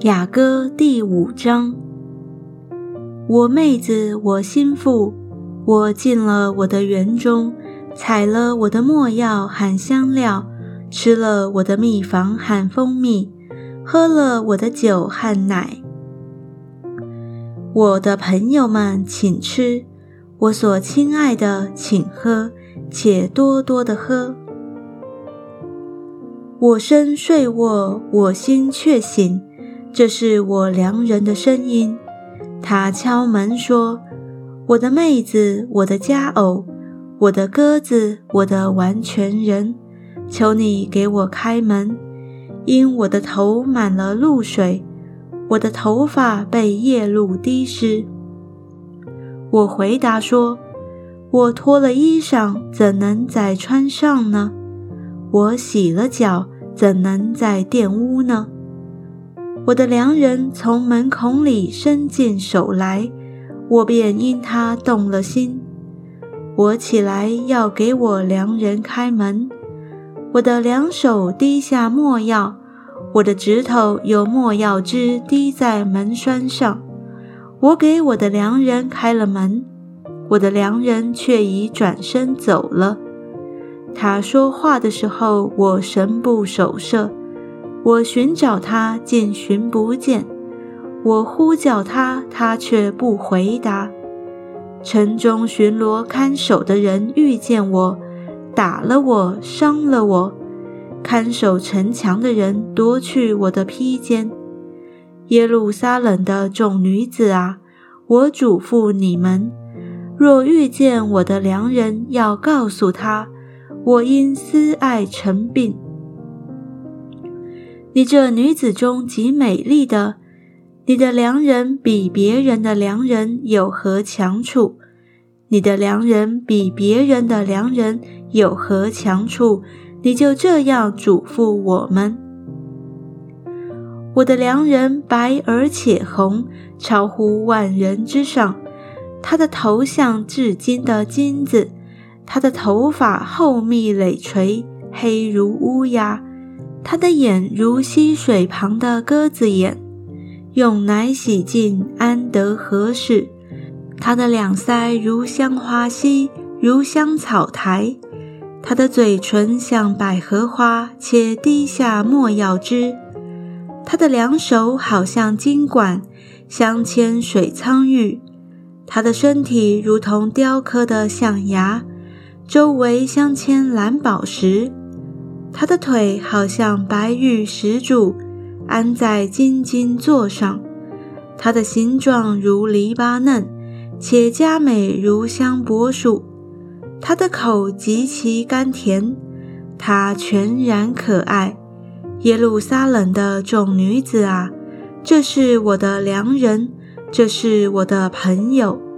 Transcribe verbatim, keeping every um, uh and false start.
雅歌第五章。我妹子，我心腹，我进了我的园中，采了我的没药和香料，吃了我的蜜房和蜂蜜，喝了我的酒和奶。我的朋友们，请吃，我所亲爱的，请喝，且多多的喝。我身睡卧，我心却醒，这是我良人的声音。他敲门说：我的妹子，我的佳偶，我的鸽子，我的完全人，求你给我开门，因我的头满了露水，我的头发被夜露滴湿。我回答说：我脱了衣裳，怎能再穿上呢？我洗了脚，怎能再玷污呢？我的良人从门孔里伸进手来，我便因他动了心。我起来要给我良人开门，我的两手滴下没药，我的指头有没药汁滴在门栓上。我给我的良人开了门，我的良人却已转身走了。他说话的时候，我神不守舍，我寻找他，竟寻不见，我呼叫他，他却不回答。城中巡逻看守的人遇见我，打了我，伤了我。看守城墙的人夺去我的披肩。耶路撒冷的众女子啊，我嘱咐你们，若遇见我的良人，要告诉他，我因思爱成病。你这女子中极美丽的，你的良人比别人的良人有何强处？你的良人比别人的良人有何强处？你就这样嘱咐我们。我的良人白而且红，超乎万人之上。他的头像至金的金子，他的头发厚密累垂，黑如乌鸦。他的眼如溪水旁的鸽子眼，用奶洗净，安得合适。他的两腮如香花溪，如香草台。他的嘴唇像百合花，且滴下没药汁。他的两手好像金管，镶嵌水苍玉。他的身体如同雕刻的象牙，周围镶嵌蓝宝石。他的腿好像白玉石柱，安在金金座上。他的形状如黎巴嫩，且佳美如香柏树。他的口极其甘甜，他全然可爱。耶路撒冷的众女子啊，这是我的良人，这是我的朋友。